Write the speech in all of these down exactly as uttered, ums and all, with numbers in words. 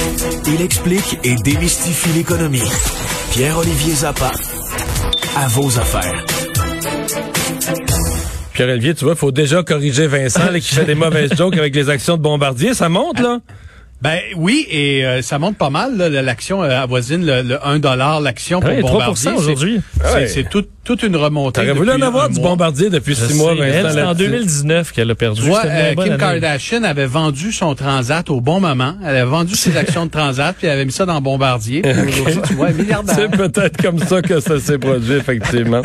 Il explique et démystifie l'économie. Pierre-Olivier Zappa, à vos affaires. Pierre-Olivier, tu vois, il faut déjà corriger Vincent là, qui fait des mauvaises jokes avec les actions de Bombardier. Ça monte, là? Ben oui, et euh, ça monte pas mal. Là, l'action euh, avoisine le, le un dollar l'action pour ouais, Bombardier. trois pour cent aujourd'hui. C'est, ouais. c'est, c'est tout, toute une remontée. T'aurais voulu en avoir du Bombardier depuis six mois, Vincent. Elle, c'est en deux mille dix-neuf qu'elle a perdu. Ouais, euh, Kim Kardashian avait vendu son Transat au bon moment. Elle avait vendu ses actions de Transat, puis elle avait mis ça dans Bombardier. Puis aujourd'hui, tu vois, milliardaire. C'est peut-être comme ça que ça s'est produit, effectivement.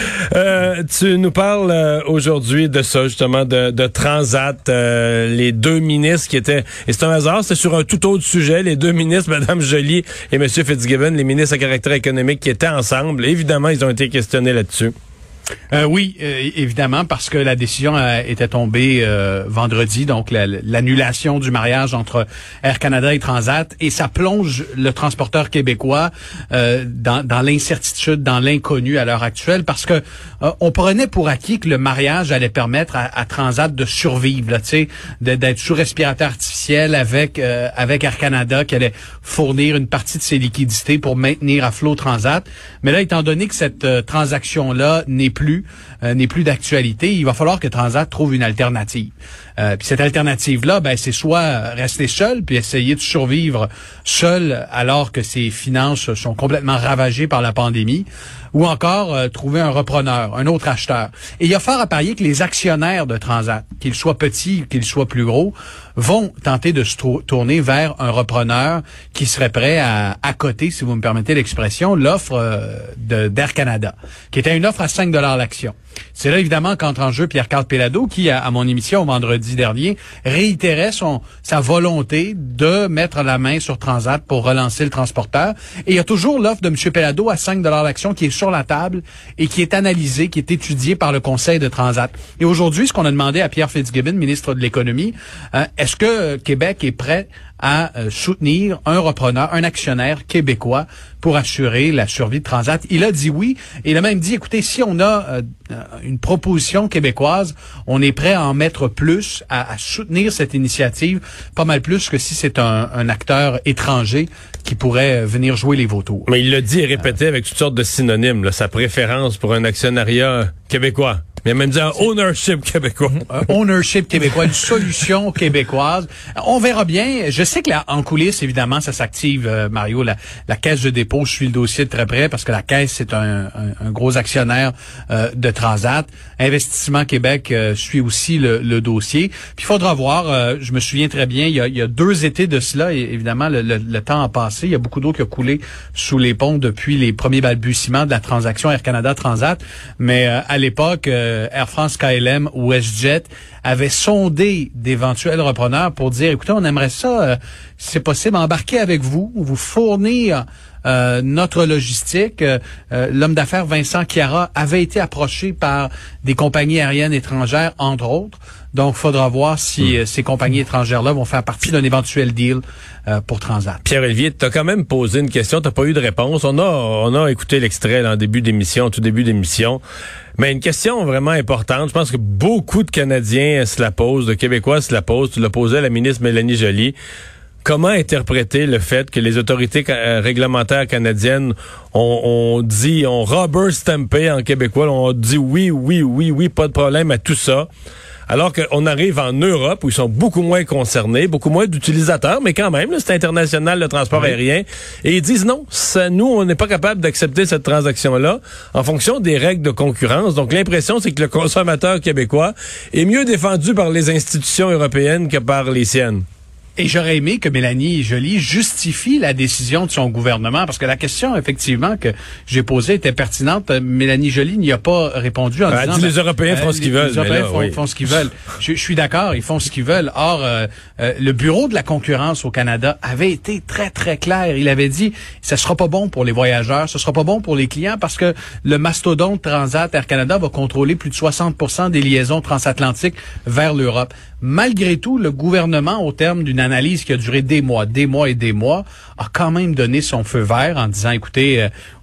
Euh, tu nous parles euh, aujourd'hui de ça, justement, de, de Transat. Euh, les deux ministres qui étaient... Et c'est un hasard, c'est sur un tout autre sujet. Les deux ministres, Mme Joly et M. Fitzgibbon, les ministres à caractère économique qui étaient ensemble. Évidemment, ils ont été questionnés là-dessus. Euh, oui, euh, évidemment, parce que la décision euh, était tombée euh, vendredi, donc la, l'annulation du mariage entre Air Canada et Transat, et ça plonge le transporteur québécois euh, dans, dans l'incertitude, dans l'inconnu à l'heure actuelle, parce que euh, on prenait pour acquis que le mariage allait permettre à, à Transat de survivre, là, tu sais, de, d'être sous respirateur artificiel avec euh, avec Air Canada, qui allait fournir une partie de ses liquidités pour maintenir à flot Transat. Mais là, étant donné que cette euh, transaction-là n'est plus euh, n'est plus d'actualité, il va falloir que Transat trouve une alternative. Euh, puis cette alternative-là, ben c'est soit rester seul puis essayer de survivre seul alors que ses finances sont complètement ravagées par la pandémie, ou encore euh, trouver un repreneur, un autre acheteur. Et il y a fort à parier que les actionnaires de Transat, qu'ils soient petits, qu'ils soient plus gros, vont tenter de se tro- tourner vers un repreneur qui serait prêt à accoter, si vous me permettez l'expression, l'offre euh, de, d'Air Canada, qui était une offre à cinq dollars l'action. C'est là, évidemment, qu'entre en jeu Pierre-Carl Péladeau, qui, à, à mon émission vendredi dernier, réitérait son sa volonté de mettre la main sur Transat pour relancer le transporteur. Et il y a toujours l'offre de M. Péladeau à cinq dollars l'action qui est sur la table et qui est analysée, qui est étudiée par le Conseil de Transat. Et aujourd'hui, ce qu'on a demandé à Pierre Fitzgibbon, ministre de l'Économie, euh, est-ce que euh, Québec est prêt à euh, soutenir un repreneur, un actionnaire québécois pour assurer la survie de Transat? Il a dit oui. Et il a même dit, écoutez, si on a euh, une proposition québécoise, on est prêt à en mettre plus, à, à soutenir cette initiative, pas mal plus que si c'est un, un acteur étranger qui pourrait venir jouer les vautours. Mais il l'a dit et répété euh, avec toutes sortes de synonymes, là, sa préférence pour un actionnariat québécois. Il a même dit un ownership québécois. Un ownership québécois, une solution québécoise. On verra bien. Je sais que là, en coulisses, évidemment, ça s'active, euh, Mario. La, la Caisse de dépôt suit le dossier de très près parce que la Caisse, c'est un, un, un gros actionnaire euh, de Transat. Investissement Québec euh, suit aussi le, le dossier. Puis il faudra voir. Euh, je me souviens très bien, il y a, il y a deux étés de cela, et évidemment, le, le, le temps a passé. Il y a beaucoup d'eau qui a coulé sous les ponts depuis les premiers balbutiements de la transaction Air Canada-Transat. Mais euh, à l'époque, euh, Air France, K L M ou WestJet avaient sondé d'éventuels repreneurs pour dire, écoutez, on aimerait ça, euh, si c'est possible, embarquer avec vous, vous fournir euh, notre logistique. Euh, euh, l'homme d'affaires Vincent Chiara avait été approché par des compagnies aériennes étrangères, entre autres. Donc, il faudra voir si euh, ces compagnies étrangères-là vont faire partie d'un éventuel deal euh, pour Transat. Pierre-Olivier, tu as quand même posé une question, tu n'as pas eu de réponse. On a on a écouté l'extrait là, en début d'émission, tout début d'émission. Mais une question vraiment importante, je pense que beaucoup de Canadiens se la posent, de Québécois se la posent. Tu l'as posé à la ministre Mélanie Joly. Comment interpréter le fait que les autorités euh, réglementaires canadiennes ont, ont dit, ont rubber stampé en québécois, ont dit oui, oui, oui, oui, pas de problème à tout ça. Alors qu'on arrive en Europe où ils sont beaucoup moins concernés, beaucoup moins d'utilisateurs, mais quand même, là, c'est international le transport oui. aérien. Et ils disent non, ça, nous, on n'est pas capable d'accepter cette transaction-là en fonction des règles de concurrence. Donc l'impression, c'est que le consommateur québécois est mieux défendu par les institutions européennes que par les siennes. Et j'aurais aimé que Mélanie Joly justifie la décision de son gouvernement, parce que la question, effectivement, que j'ai posée était pertinente. Mélanie Joly n'y a pas répondu en ah, disant... Elle dit les Européens euh, font ce qu'ils veulent. Les Européens là, font, oui. font ce qu'ils veulent. Je, je suis d'accord, ils font ce qu'ils veulent. Or, euh, euh, le Bureau de la concurrence au Canada avait été très, très clair. Il avait dit, ça sera pas bon pour les voyageurs, ce sera pas bon pour les clients, parce que le mastodonte Transat Air Canada va contrôler plus de soixante pour cent des liaisons transatlantiques vers l'Europe. Malgré tout, le gouvernement, au terme d'une analyse qui a duré des mois, des mois et des mois, a quand même donné son feu vert en disant, écoutez, euh,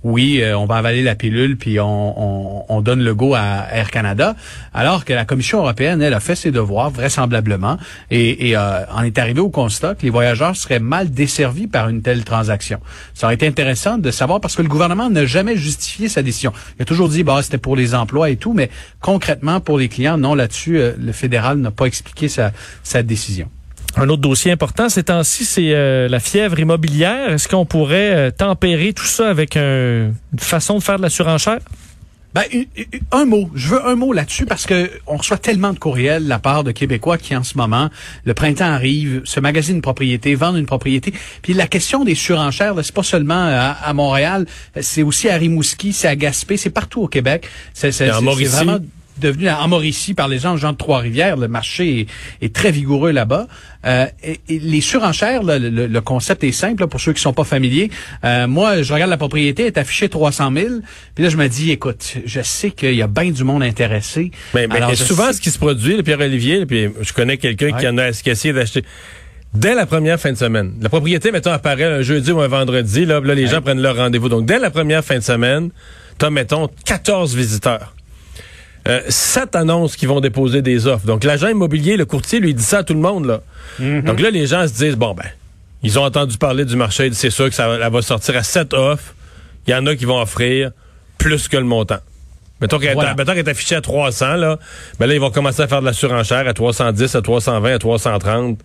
oui, euh, on va avaler la pilule puis on, on, on donne le go à Air Canada, alors que la Commission européenne, elle, a fait ses devoirs, vraisemblablement, et, et euh, en est arrivé au constat que les voyageurs seraient mal desservis par une telle transaction. Ça aurait été intéressant de savoir, parce que le gouvernement n'a jamais justifié sa décision. Il a toujours dit, bah, c'était pour les emplois et tout, mais concrètement, pour les clients, non, là-dessus, euh, le fédéral n'a pas expliqué sa, sa décision. Un autre dossier important ces temps-ci, c'est euh, la fièvre immobilière. Est-ce qu'on pourrait euh, tempérer tout ça avec un, une façon de faire de la surenchère? Ben, un, un mot. Je veux un mot là-dessus parce que on reçoit tellement de courriels de la part de Québécois qui, en ce moment, le printemps arrive, se magasinent une propriété, vendent une propriété. Puis la question des surenchères, là, c'est pas seulement à, à Montréal, c'est aussi à Rimouski, c'est à Gaspé, c'est partout au Québec. C'est, c'est, c'est, c'est vraiment devenu en Mauricie par les gens, gens de Trois-Rivières. Le marché est, est très vigoureux là-bas. Euh, et, et les surenchères, là, le, le concept est simple là, pour ceux qui sont pas familiers. Euh, moi, je regarde la propriété, elle est affichée trois cent mille. Puis là, je me dis, écoute, je sais qu'il y a bien du monde intéressé. Mais, mais Alors, souvent, sais... ce qui se produit, Pierre-Olivier, puis je connais quelqu'un ouais. qui en a essayé d'acheter. Dès la première fin de semaine, la propriété, mettons, apparaît un jeudi ou un vendredi, là, là les ouais. gens prennent leur rendez-vous. Donc, dès la première fin de semaine, t'as, mettons, quatorze visiteurs. Euh, sept annonces qui vont déposer des offres. Donc, l'agent immobilier, le courtier, lui dit ça à tout le monde, là. Mm-hmm. Donc là, les gens se disent, bon, ben, ils ont entendu parler du marché, c'est sûr que ça elle va sortir à sept offres. Il y en a qui vont offrir plus que le montant. Mettons qu'elle, voilà. mettons qu'elle est affichée à trois cents, là, ben là, ils vont commencer à faire de la surenchère à trois cent dix, à trois cent vingt, à trois cent trente.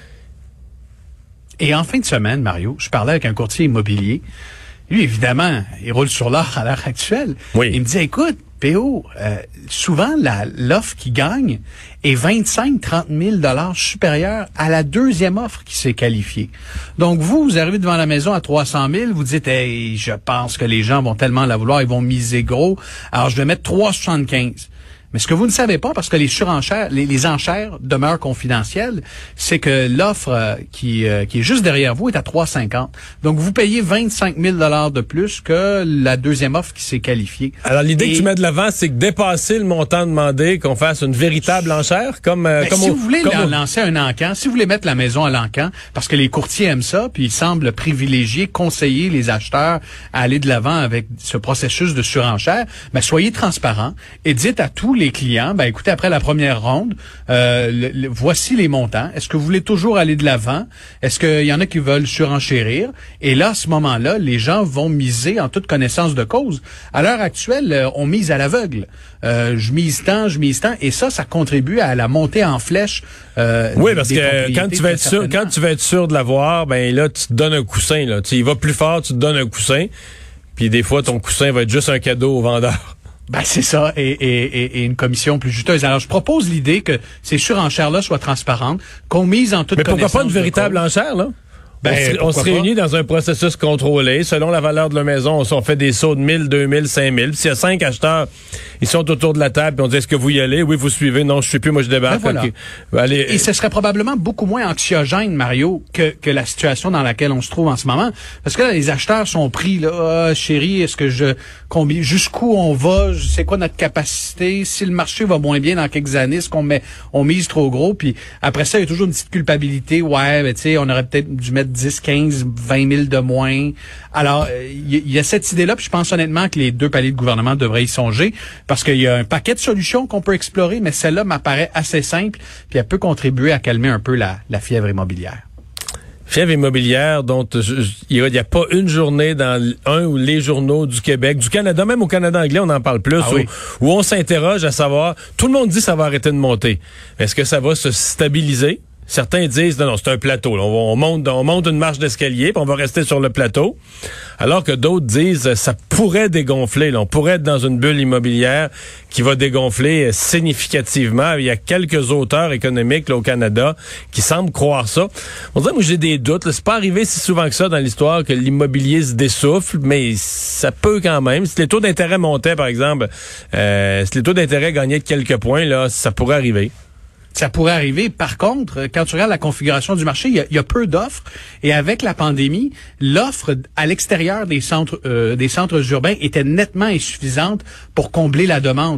Et en fin de semaine, Mario, je parlais avec un courtier immobilier. Lui, évidemment, il roule sur l'or à l'heure actuelle. Oui. Il me dit, écoute, P O, euh, souvent, la, l'offre qui gagne est vingt-cinq à trente mille dollars supérieure à la deuxième offre qui s'est qualifiée. Donc, vous, vous arrivez devant la maison à trois cent mille, vous dites, hey, je pense que les gens vont tellement la vouloir, ils vont miser gros, alors je vais mettre trois virgule soixante-quinze. Mais ce que vous ne savez pas, parce que les surenchères, les, les enchères demeurent confidentielles, c'est que l'offre euh, qui, euh, qui est juste derrière vous est à trois virgule cinquante. Donc, vous payez vingt-cinq mille dollars de plus que la deuxième offre qui s'est qualifiée. Alors, l'idée Et, que tu mets de l'avant, c'est que dépasser le montant demandé, qu'on fasse une véritable enchère, comme, euh, ben, comme si au, vous voulez comme lancer un encan, si vous voulez mettre la maison à l'encan, parce que les courtiers aiment ça, puis ils semblent privilégier, conseiller les acheteurs à aller de l'avant avec ce processus de surenchère, ben, soyez transparents et dites à tous les clients, ben écoutez, après la première ronde, euh, le, le, voici les montants. Est-ce que vous voulez toujours aller de l'avant? Est-ce qu'il y en a qui veulent surenchérir? Et là, à ce moment-là, les gens vont miser en toute connaissance de cause. À l'heure actuelle, on mise à l'aveugle. Euh, je mise tant, je mise tant, et ça, ça contribue à la montée en flèche. Euh, oui, parce que quand tu vas être sûr, quand tu vas être sûr de l'avoir, ben là, tu te donnes un coussin. Là, tu y vas plus fort, tu te donnes un coussin. Puis des fois, ton coussin va être juste un cadeau au vendeur. Ben c'est ça, et, et, et une commission plus juteuse. Alors, je propose l'idée que ces surenchères-là soient transparentes, qu'on mise en toute connaissance. Mais pourquoi pas une véritable enchère, là? Ben, on se, on se réunit dans un processus contrôlé. Selon la valeur de la maison, on, on fait des sauts de mille, deux mille, cinq mille. S'il y a cinq acheteurs, ils sont autour de la table, puis on dit, est-ce que vous y allez? Oui, vous suivez. Non, je suis plus, moi je débarque. Ben voilà. Okay. Allez. Et ce serait probablement beaucoup moins anxiogène, Mario, que, que la situation dans laquelle on se trouve en ce moment. Parce que là, les acheteurs sont pris, là, ah, chérie, est-ce que je, combien, jusqu'où on va? C'est quoi notre capacité? Si le marché va moins bien dans quelques années, est-ce qu'on met, on mise trop gros? Puis après ça, il y a toujours une petite culpabilité. Ouais, ben, tu sais, on aurait peut-être dû mettre dix, quinze, vingt mille de moins. Alors, il euh, y, y a cette idée-là, puis je pense honnêtement que les deux paliers de gouvernement devraient y songer, parce qu'il y a un paquet de solutions qu'on peut explorer, mais celle-là m'apparaît assez simple, puis elle peut contribuer à calmer un peu la, la fièvre immobilière. Fièvre immobilière dont il n'y a, a pas une journée dans un ou les journaux du Québec, du Canada, même au Canada anglais, on en parle plus, ah, où, oui. où on s'interroge à savoir, tout le monde dit que ça va arrêter de monter. Est-ce que ça va se stabiliser? Certains disent, non, non, c'est un plateau. Là. On, on, monte, on monte une marche d'escalier, puis on va rester sur le plateau. Alors que d'autres disent, ça pourrait dégonfler. Là. On pourrait être dans une bulle immobilière qui va dégonfler significativement. Il y a quelques auteurs économiques là, au Canada qui semblent croire ça. On dirait, moi, j'ai des doutes. Là. C'est pas arrivé si souvent que ça dans l'histoire que l'immobilier se dessouffle, mais ça peut quand même. Si les taux d'intérêt montaient, par exemple, euh, si les taux d'intérêt gagnaient de quelques points, là, ça pourrait arriver. Ça pourrait arriver. Par contre, quand tu regardes la configuration du marché, il y a, il y a peu d'offres. Et avec la pandémie, l'offre à l'extérieur des centres euh, des centres urbains était nettement insuffisante pour combler la demande.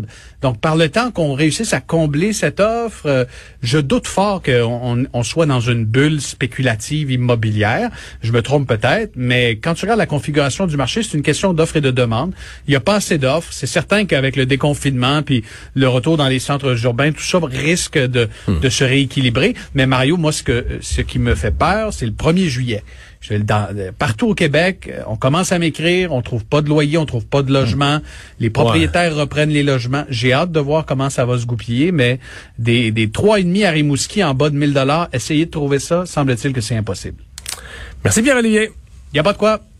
Donc, par le temps qu'on réussisse à combler cette offre, euh, je doute fort qu'on on, on soit dans une bulle spéculative immobilière. Je me trompe peut-être, mais quand tu regardes la configuration du marché, c'est une question d'offre et de demande. Il n'y a pas assez d'offres. C'est certain qu'avec le déconfinement puis le retour dans les centres urbains, tout ça risque de, hmm. de se rééquilibrer. Mais Mario, moi, ce que ce qui me fait peur, c'est le premier juillet. Je vais dans, partout au Québec, on commence à m'écrire, on trouve pas de loyer, on trouve pas de logement. Les propriétaires ouais. reprennent les logements. J'ai hâte de voir comment ça va se goupiller, mais des, des trois virgule cinq à Rimouski en bas de mille dollars, essayer de trouver ça, semble-t-il que c'est impossible. Merci Pierre-Olivier. Il n'y a pas de quoi.